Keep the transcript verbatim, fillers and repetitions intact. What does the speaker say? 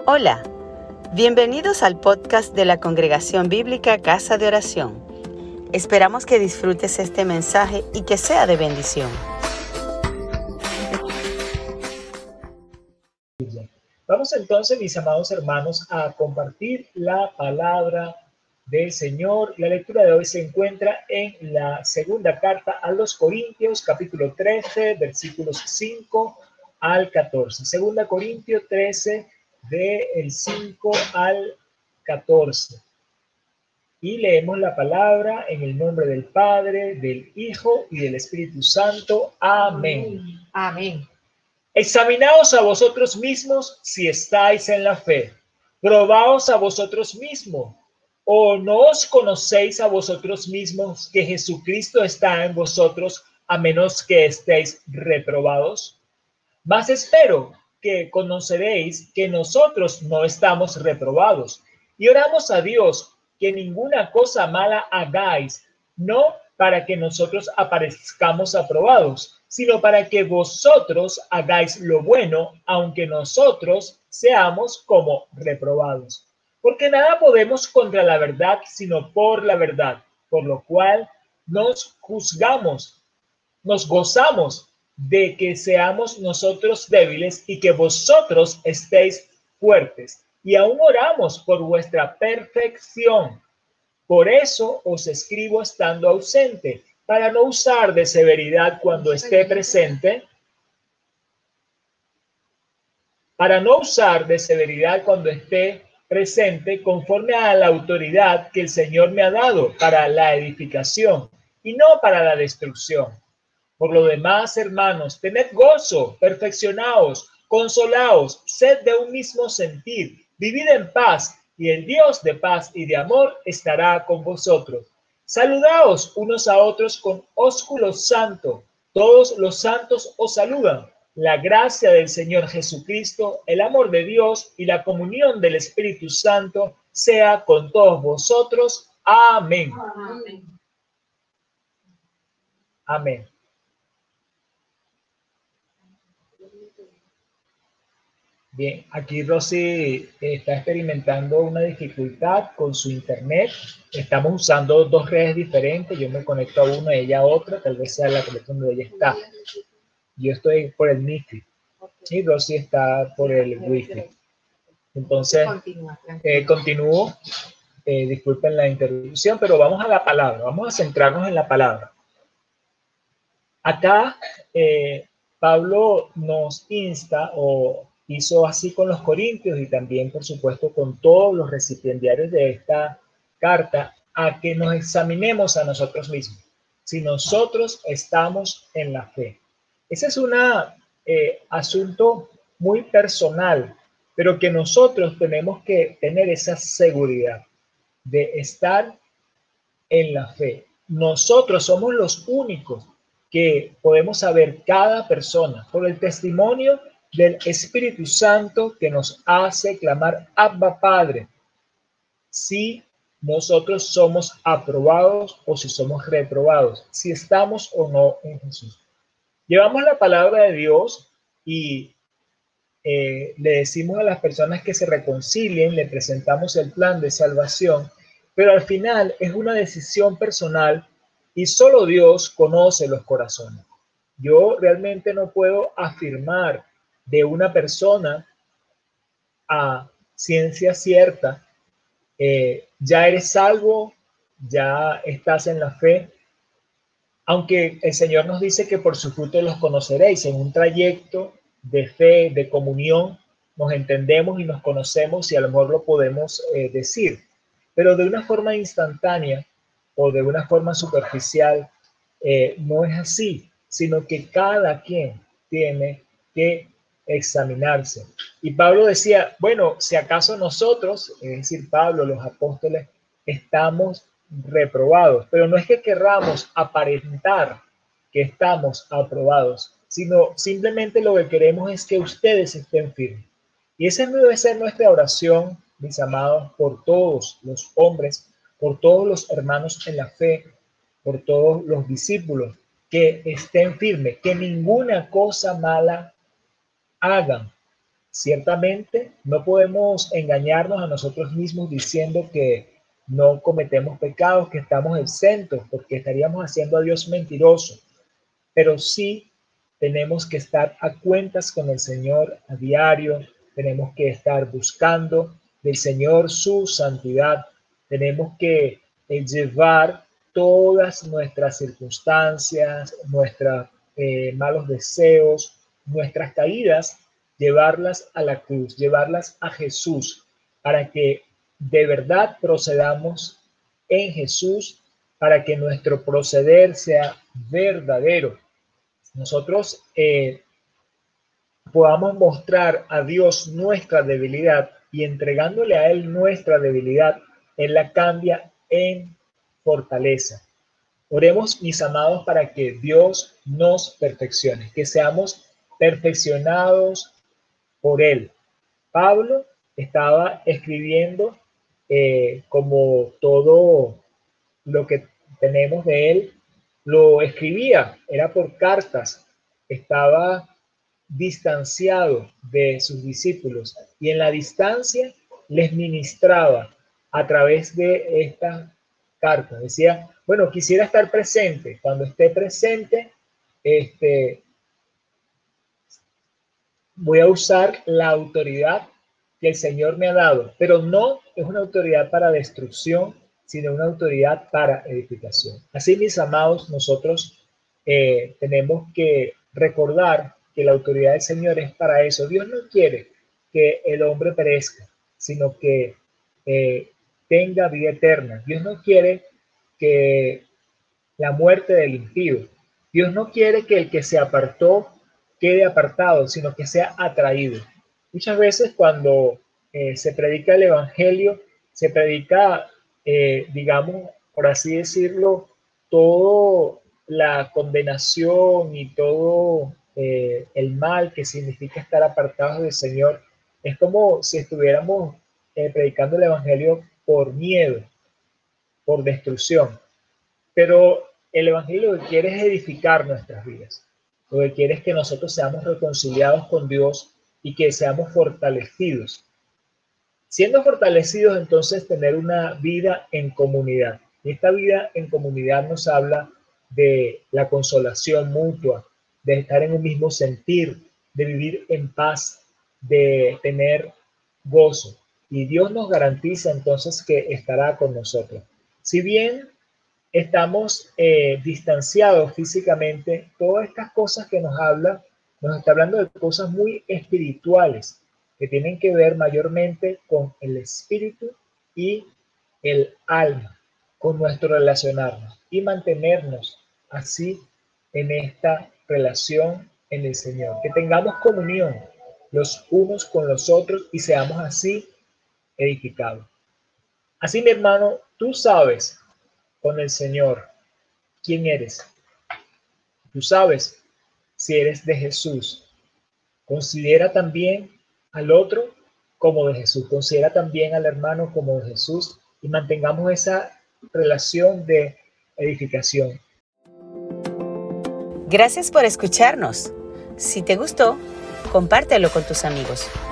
Hola, bienvenidos al podcast de la Congregación Bíblica Casa de Oración. Esperamos que disfrutes este mensaje y que sea de bendición. Vamos entonces, mis amados hermanos, a compartir la palabra del Señor. La lectura de hoy se encuentra en la segunda carta a los Corintios, capítulo trece, versículos cinco al catorce. Segunda Corintios trece, del cinco al catorce. Y leemos la palabra en el nombre del Padre, del Hijo y del Espíritu Santo. Amén. Amén. Examinaos a vosotros mismos si estáis en la fe. Probaos a vosotros mismos. ¿O no os conocéis a vosotros mismos que Jesucristo está en vosotros, a menos que estéis reprobados? Mas espero que conoceréis que nosotros no estamos reprobados. Y oramos a Dios que ninguna cosa mala hagáis, no para que nosotros aparezcamos aprobados, sino para que vosotros hagáis lo bueno, aunque nosotros seamos como reprobados. Porque nada podemos contra la verdad, sino por la verdad, por lo cual nos juzgamos, nos gozamos de que seamos nosotros débiles y que vosotros estéis fuertes. Y aún oramos por vuestra perfección. Por eso os escribo estando ausente, para no usar de severidad cuando esté presente, para no usar de severidad cuando esté presente, conforme a la autoridad que el Señor me ha dado para la edificación y no para la destrucción. Por lo demás, hermanos, tened gozo, perfeccionaos, consolaos, sed de un mismo sentir, vivid en paz, y el Dios de paz y de amor estará con vosotros. Saludaos unos a otros con ósculo santo. Todos los santos os saludan. La gracia del Señor Jesucristo, el amor de Dios y la comunión del Espíritu Santo sea con todos vosotros. Amén. Amén. Amén. Bien, aquí Rosy está experimentando una dificultad con su internet. Estamos usando dos redes diferentes. Yo me conecto a una y ella a otra. Tal vez sea la conexión donde ella está. Yo estoy por el MiFi y Rosy está por el Wi-Fi. Entonces, eh, continúo. Eh, disculpen la interrupción, pero vamos a la palabra. Vamos a centrarnos en la palabra. Acá eh, Pablo nos insta o hizo así con los corintios y también, por supuesto, con todos los recipiendarios de esta carta, a que nos examinemos a nosotros mismos, si nosotros estamos en la fe. Ese es un eh, asunto muy personal, pero que nosotros tenemos que tener esa seguridad de estar en la fe. Nosotros somos los únicos que podemos saber, cada persona, por el testimonio del Espíritu Santo que nos hace clamar Abba Padre, si nosotros somos aprobados o si somos reprobados, si estamos o no en Jesús. Llevamos la palabra de Dios y eh, le decimos a las personas que se reconcilien, le presentamos el plan de salvación, pero al final es una decisión personal y solo Dios conoce los corazones. Yo realmente no puedo afirmar de una persona a ciencia cierta, eh, ya eres salvo, ya estás en la fe, aunque el Señor nos dice que por su fruto los conoceréis. En un trayecto de fe, de comunión, nos entendemos y nos conocemos y a lo mejor lo podemos eh, decir, pero de una forma instantánea o de una forma superficial eh, no es así, sino que cada quien tiene que examinarse. Y Pablo decía, bueno, si acaso nosotros, es decir, Pablo, los apóstoles, estamos reprobados, pero no es que querramos aparentar que estamos aprobados, sino simplemente lo que queremos es que ustedes estén firmes. Y esa debe ser nuestra oración, mis amados, por todos los hombres, por todos los hermanos en la fe, por todos los discípulos, que estén firmes, que ninguna cosa mala hagan, Ciertamente no podemos engañarnos a nosotros mismos diciendo que no cometemos pecados, que estamos exentos, porque estaríamos haciendo a Dios mentiroso. Pero sí tenemos que estar a cuentas con el Señor a diario, tenemos que estar buscando del Señor su santidad, tenemos que eh, llevar todas nuestras circunstancias, nuestros eh, malos deseos, nuestras caídas, llevarlas a la cruz, llevarlas a Jesús, para que de verdad procedamos en Jesús, para que nuestro proceder sea verdadero. Nosotros eh, podamos mostrar a Dios nuestra debilidad y entregándole a Él nuestra debilidad, Él la cambia en fortaleza. Oremos, mis amados, para que Dios nos perfeccione, que seamos perfeccionados por Él. Pablo estaba escribiendo eh, como todo lo que tenemos de él, lo escribía, era por cartas, estaba distanciado de sus discípulos y en la distancia les ministraba a través de esta carta. Decía, bueno, quisiera estar presente. Cuando esté presente, este, voy a usar la autoridad que el Señor me ha dado, pero no es una autoridad para destrucción, sino una autoridad para edificación. Así, mis amados, nosotros eh, tenemos que recordar que la autoridad del Señor es para eso. Dios no quiere que el hombre perezca, sino que eh, tenga vida eterna. Dios no quiere que la muerte del impío. Dios no quiere que el que se apartó quede apartado, sino que sea atraído. Muchas veces cuando eh, se predica el evangelio, se predica, eh, digamos, por así decirlo, toda la condenación y todo eh, el mal que significa estar apartados del Señor. Es como si estuviéramos eh, predicando el evangelio por miedo, por destrucción. Pero el evangelio lo que quiere es edificar nuestras vidas. Lo que quiere es que nosotros seamos reconciliados con Dios y que seamos fortalecidos. Siendo fortalecidos, entonces, tener una vida en comunidad. Y esta vida en comunidad nos habla de la consolación mutua, de estar en un mismo sentir, de vivir en paz, de tener gozo. Y Dios nos garantiza entonces que estará con nosotros. Si bien estamos eh, distanciados físicamente, todas estas cosas que nos habla, nos está hablando de cosas muy espirituales que tienen que ver mayormente con el espíritu y el alma, con nuestro relacionarnos y mantenernos así en esta relación en el Señor, que tengamos comunión los unos con los otros y seamos así edificados. Así, mi hermano, tú sabes con el Señor quién eres. Tú sabes si eres de Jesús. Considera también al otro como de Jesús. Considera también al hermano como de Jesús y mantengamos esa relación de edificación. Gracias por escucharnos. Si te gustó, compártelo con tus amigos.